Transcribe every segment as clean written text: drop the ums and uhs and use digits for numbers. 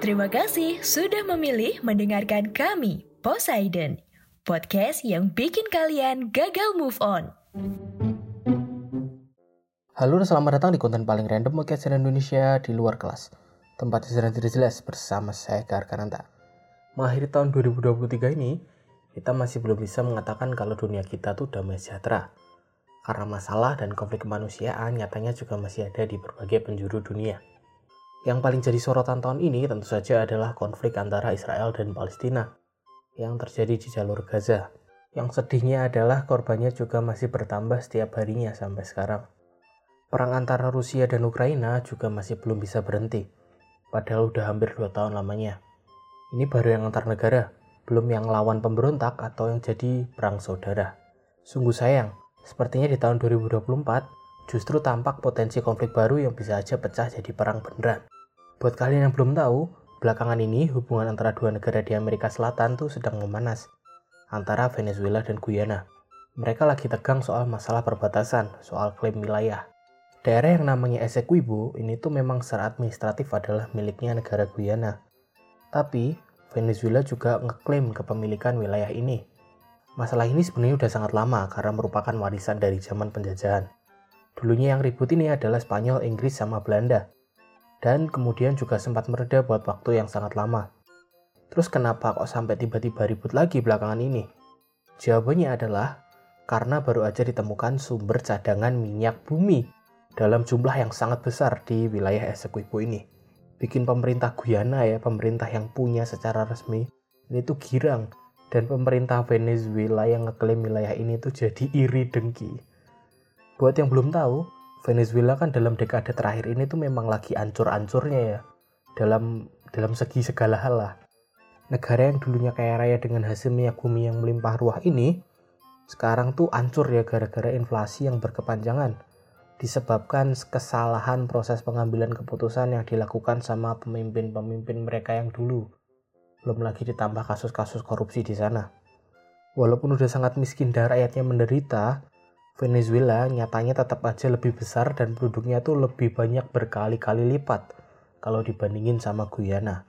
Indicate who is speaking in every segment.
Speaker 1: Terima kasih sudah memilih mendengarkan kami, Poseidon, podcast yang bikin kalian gagal move on.
Speaker 2: Halo dan selamat datang di konten paling random podcast Indonesia di luar kelas. Tempat istirahat tidak jelas bersama saya Karkananta. Mengakhiri tahun 2023 ini, kita masih belum bisa mengatakan kalau dunia kita tuh damai sejahtera. Karena masalah dan konflik kemanusiaan nyatanya juga masih ada di berbagai penjuru dunia. Yang paling jadi sorotan tahun ini tentu saja adalah konflik antara Israel dan Palestina yang terjadi di jalur Gaza. Yang sedihnya adalah korbannya juga masih bertambah setiap harinya sampai sekarang. Perang antara Rusia dan Ukraina juga masih belum bisa berhenti, padahal udah hampir 2 tahun lamanya. Ini baru yang antar negara, belum yang lawan pemberontak atau yang jadi perang saudara. Sungguh sayang, sepertinya di tahun 2024 justru tampak potensi konflik baru yang bisa aja pecah jadi perang beneran. Buat kalian yang belum tahu, belakangan ini hubungan antara dua negara di Amerika Selatan tuh sedang memanas, antara Venezuela dan Guyana. Mereka lagi tegang soal masalah perbatasan, soal klaim wilayah. Daerah yang namanya Essequibo ini tuh memang secara administratif adalah miliknya negara Guyana. Tapi, Venezuela juga ngeklaim kepemilikan wilayah ini. Masalah ini sebenarnya udah sangat lama karena merupakan warisan dari zaman penjajahan. Dulunya yang ribut ini adalah Spanyol, Inggris, sama Belanda. Dan kemudian juga sempat mereda buat waktu yang sangat lama. Terus kenapa kok sampai tiba-tiba ribut lagi belakangan ini? Jawabannya adalah karena baru aja ditemukan sumber cadangan minyak bumi dalam jumlah yang sangat besar di wilayah Essequibo ini. Bikin pemerintah Guyana pemerintah yang punya secara resmi, ini tuh girang. Dan pemerintah Venezuela yang ngeklaim wilayah ini tuh jadi iri dengki. Buat yang belum tahu, Venezuela kan dalam dekade terakhir ini tuh memang lagi ancur-ancurnya ya. Dalam segi segala hal lah. Negara yang dulunya kaya raya dengan hasil minyak bumi yang melimpah ruah ini, sekarang tuh ancur ya gara-gara inflasi yang berkepanjangan. Disebabkan kesalahan proses pengambilan keputusan yang dilakukan sama pemimpin-pemimpin mereka yang dulu. Belum lagi ditambah kasus-kasus korupsi di sana. Walaupun udah sangat miskin dan rakyatnya menderita, Venezuela nyatanya tetap aja lebih besar dan penduduknya tuh lebih banyak berkali-kali lipat kalau dibandingin sama Guyana.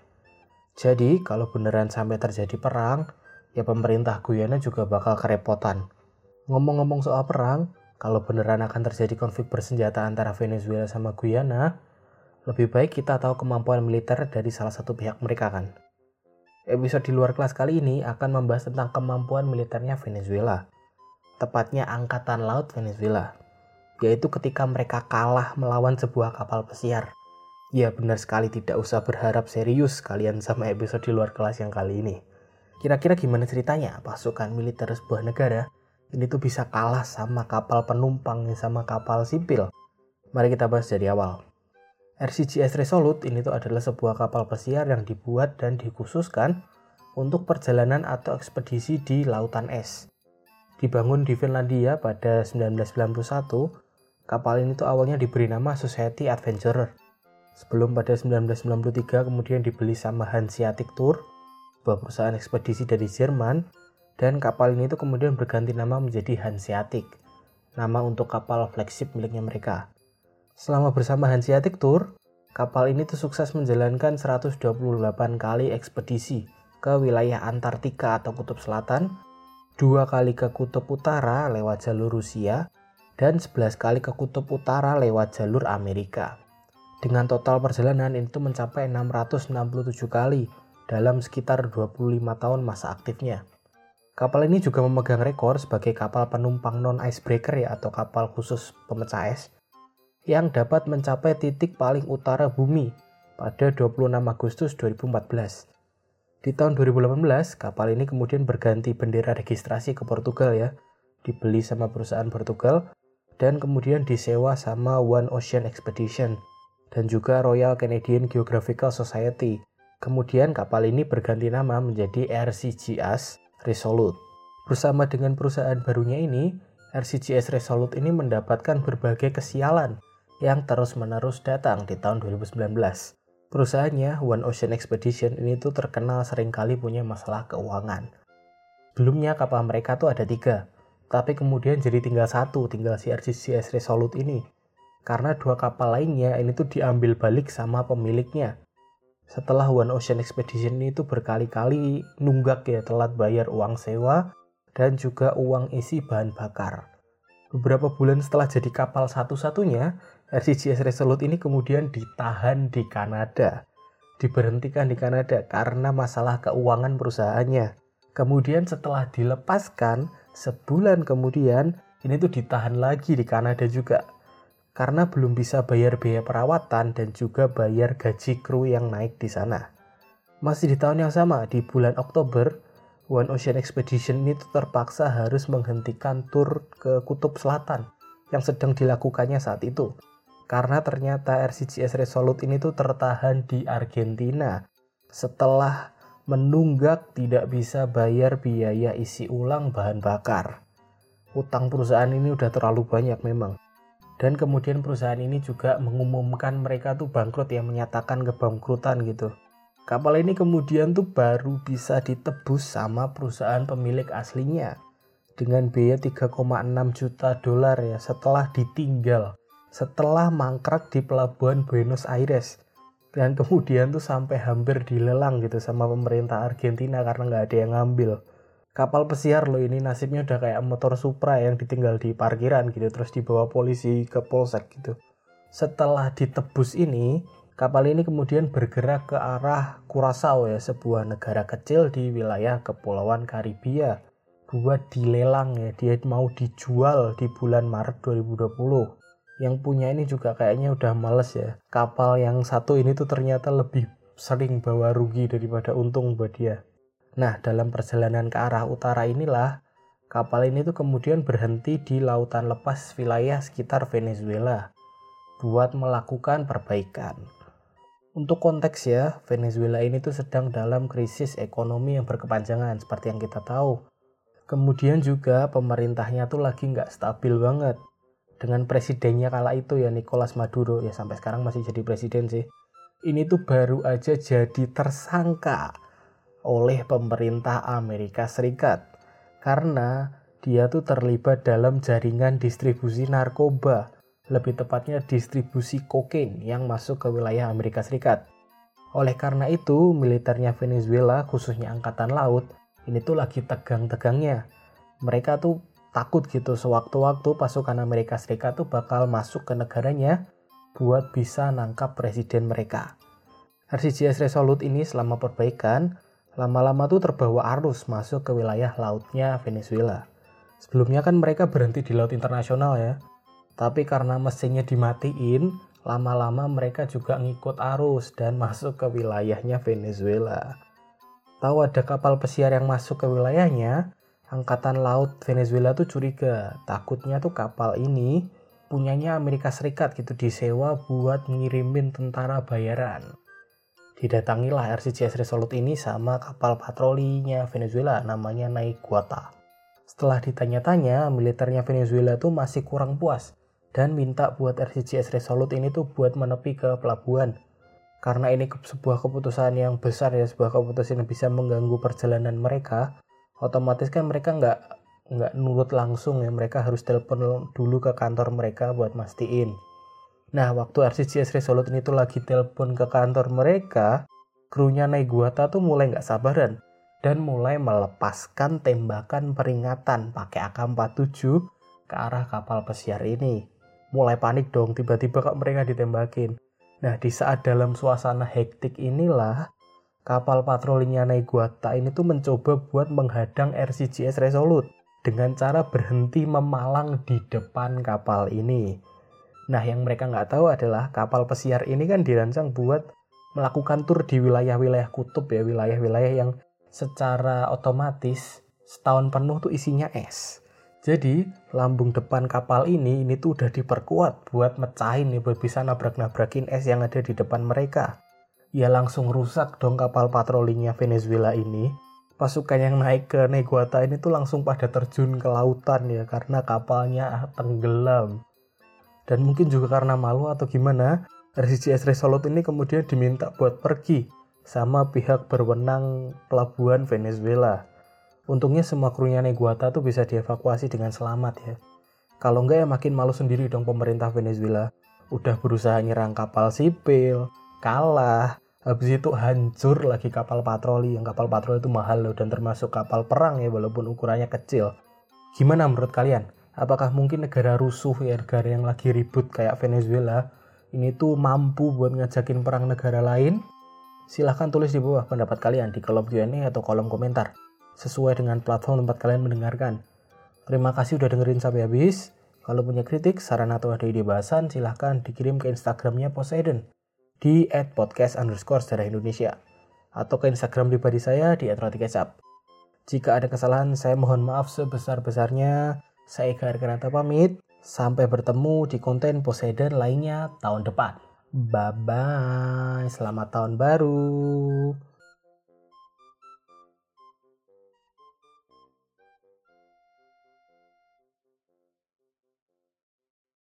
Speaker 2: Jadi kalau beneran sampai terjadi perang, ya pemerintah Guyana juga bakal kerepotan. Ngomong-ngomong soal perang, kalau beneran akan terjadi konflik bersenjata antara Venezuela sama Guyana, lebih baik kita tahu kemampuan militer dari salah satu pihak mereka kan. Episode di luar kelas kali ini akan membahas tentang kemampuan militernya Venezuela. Tepatnya Angkatan Laut Venezuela. Yaitu ketika mereka kalah melawan sebuah kapal pesiar. Ya benar sekali, tidak usah berharap serius kalian sama episode di luar kelas yang kali ini. Kira-kira gimana ceritanya pasukan militer sebuah negara ini tuh bisa kalah sama kapal penumpang sama kapal sipil? Mari kita bahas dari awal. RCGS Resolute ini tuh adalah sebuah kapal pesiar yang dibuat dan dikhususkan untuk perjalanan atau ekspedisi di lautan es. Dibangun di Finlandia pada 1991, kapal ini tuh awalnya diberi nama Society Adventurer. Sebelum pada 1993 kemudian dibeli sama Hanseatic Tour, sebuah perusahaan ekspedisi dari Jerman. Dan kapal ini tuh kemudian berganti nama menjadi Hanseatic, nama untuk kapal flagship miliknya mereka. Selama bersama Hanseatic Tour, kapal ini tuh sukses menjalankan 128 kali ekspedisi ke wilayah Antartika atau Kutub Selatan, 2 kali ke Kutub Utara lewat jalur Rusia, dan 11 kali ke Kutub Utara lewat jalur Amerika. Dengan total perjalanan itu mencapai 667 kali dalam sekitar 25 tahun masa aktifnya. Kapal ini juga memegang rekor sebagai kapal penumpang non-icebreaker atau kapal khusus pemecah es yang dapat mencapai titik paling utara bumi pada 26 Agustus 2014. Di tahun 2018, kapal ini kemudian berganti bendera registrasi ke Portugal dibeli sama perusahaan Portugal dan kemudian disewa sama One Ocean Expedition dan juga Royal Canadian Geographical Society. Kemudian kapal ini berganti nama menjadi RCGS Resolute. Bersama dengan perusahaan barunya ini, RCGS Resolute ini mendapatkan berbagai kesialan yang terus-menerus datang di tahun 2019. Perusahaannya, One Ocean Expedition ini tuh terkenal seringkali punya masalah keuangan. Sebelumnya kapal mereka tuh ada 3, tapi kemudian jadi tinggal si RCGS Resolute ini. Karena 2 kapal lainnya ini tuh diambil balik sama pemiliknya. Setelah One Ocean Expedition itu berkali-kali nunggak ya, telat bayar uang sewa dan juga uang isi bahan bakar. Beberapa bulan setelah jadi kapal satu-satunya, RCGS Resolute ini kemudian ditahan di Kanada. Diberhentikan di Kanada karena masalah keuangan perusahaannya. Kemudian setelah dilepaskan, sebulan kemudian ini tuh ditahan lagi di Kanada juga. Karena belum bisa bayar biaya perawatan dan juga bayar gaji kru yang naik di sana. Masih di tahun yang sama, di bulan Oktober, One Ocean Expedition ini tuh terpaksa harus menghentikan tur ke Kutub Selatan yang sedang dilakukannya saat itu. Karena ternyata RCGS Resolute ini tuh tertahan di Argentina setelah menunggak tidak bisa bayar biaya isi ulang bahan bakar. Utang perusahaan ini udah terlalu banyak memang. Dan kemudian perusahaan ini juga mengumumkan mereka tuh bangkrut, yang menyatakan kebangkrutan gitu. Kapal ini kemudian tuh baru bisa ditebus sama perusahaan pemilik aslinya dengan biaya 3,6 juta dolar ya, setelah ditinggal, setelah mangkrak di pelabuhan Buenos Aires. Dan kemudian tuh sampai hampir dilelang gitu sama pemerintah Argentina karena nggak ada yang ngambil. Kapal pesiar loh ini, nasibnya udah kayak motor Supra yang ditinggal di parkiran gitu, terus dibawa polisi ke polsek gitu. Setelah ditebus ini, kapal ini kemudian bergerak ke arah Curaçao ya, sebuah negara kecil di wilayah Kepulauan Karibia. Buat dilelang ya, dia mau dijual di bulan Maret 2020. Yang punya ini juga kayaknya udah males ya. Kapal yang satu ini tuh ternyata lebih sering bawa rugi daripada untung buat dia. Nah, dalam perjalanan ke arah utara inilah, kapal ini tuh kemudian berhenti di lautan lepas wilayah sekitar Venezuela buat melakukan perbaikan. Untuk konteks ya, Venezuela ini tuh sedang dalam krisis ekonomi yang berkepanjangan seperti yang kita tahu. Kemudian juga pemerintahnya tuh lagi nggak stabil banget. Dengan presidennya kala itu ya, Nicolas Maduro, ya sampai sekarang masih jadi presiden sih. Ini tuh baru aja jadi tersangka oleh pemerintah Amerika Serikat karena dia tuh terlibat dalam jaringan distribusi narkoba, lebih tepatnya distribusi kokain yang masuk ke wilayah Amerika Serikat. Oleh karena itu, militernya Venezuela, khususnya angkatan laut, ini tuh lagi tegang-tegangnya. Mereka tuh takut gitu sewaktu-waktu pasukan Amerika Serikat tuh bakal masuk ke negaranya buat bisa nangkap presiden mereka. RCGS Resolute ini selama perbaikan lama-lama tuh terbawa arus masuk ke wilayah lautnya Venezuela. Sebelumnya kan mereka berhenti di laut internasional ya. Tapi karena mesinnya dimatiin, lama-lama mereka juga ngikut arus dan masuk ke wilayahnya Venezuela. Tahu ada kapal pesiar yang masuk ke wilayahnya, Angkatan Laut Venezuela tuh curiga. Takutnya tuh kapal ini punyanya Amerika Serikat gitu, disewa buat ngirimin tentara bayaran. Didatangilah RCGS Resolute ini sama kapal patrolinya Venezuela namanya Naiguata. Setelah ditanya-tanya, militernya Venezuela tuh masih kurang puas dan minta buat RCGS Resolute ini tuh buat menepi ke pelabuhan. Karena ini sebuah keputusan yang besar ya, sebuah keputusan yang bisa mengganggu perjalanan mereka, otomatis kan mereka nggak nurut langsung ya, mereka harus telepon dulu ke kantor mereka buat mastiin. Nah, waktu RCGS Resolute ini tuh lagi telepon ke kantor mereka, krunya Naiguata tuh mulai nggak sabaran dan mulai melepaskan tembakan peringatan pakai AK-47 ke arah kapal pesiar ini. Mulai panik dong, tiba-tiba kok mereka ditembakin. Nah, di saat dalam suasana hektik inilah, kapal patrolinya Naiguata ini tuh mencoba buat menghadang RCGS Resolute dengan cara berhenti memalang di depan kapal ini. Nah, yang mereka nggak tahu adalah kapal pesiar ini kan dirancang buat melakukan tur di wilayah-wilayah kutub ya, wilayah-wilayah yang secara otomatis setahun penuh tuh isinya es. Jadi, lambung depan kapal ini tuh udah diperkuat buat mecahin nih, buat bisa nabrak-nabrakin es yang ada di depan mereka. Ya langsung rusak dong kapal patrolinya Venezuela ini. Pasukan yang naik ke Naiguata ini tuh langsung pada terjun ke lautan ya, karena kapalnya tenggelam. Dan mungkin juga karena malu atau gimana, RCGS Resolute ini kemudian diminta buat pergi sama pihak berwenang pelabuhan Venezuela. Untungnya semua krunya Naiguata tuh bisa dievakuasi dengan selamat ya. Kalau enggak ya makin malu sendiri dong pemerintah Venezuela. Udah berusaha nyerang kapal sipil, kalah, Habis itu hancur lagi kapal patroli. Yang kapal patroli itu mahal loh dan termasuk kapal perang ya walaupun ukurannya kecil. Gimana menurut kalian? Apakah mungkin negara rusuh ya, negara yang lagi ribut kayak Venezuela ini tuh mampu buat ngajakin perang negara lain? Silahkan tulis di bawah pendapat kalian di kolom Q&A atau kolom komentar sesuai dengan platform tempat kalian mendengarkan. Terima kasih udah dengerin sampai habis. Kalau punya kritik, saran atau ada ide bahasan, silahkan dikirim ke Instagramnya Poseidon di @podcast_sejarah-Indonesia atau ke Instagram pribadi saya di @rotikecap. Jika ada kesalahan, saya mohon maaf sebesar-besarnya. Saya Eka Arkananta pamit. Sampai bertemu di konten Poseidon lainnya tahun depan. Bye-bye. Selamat tahun baru.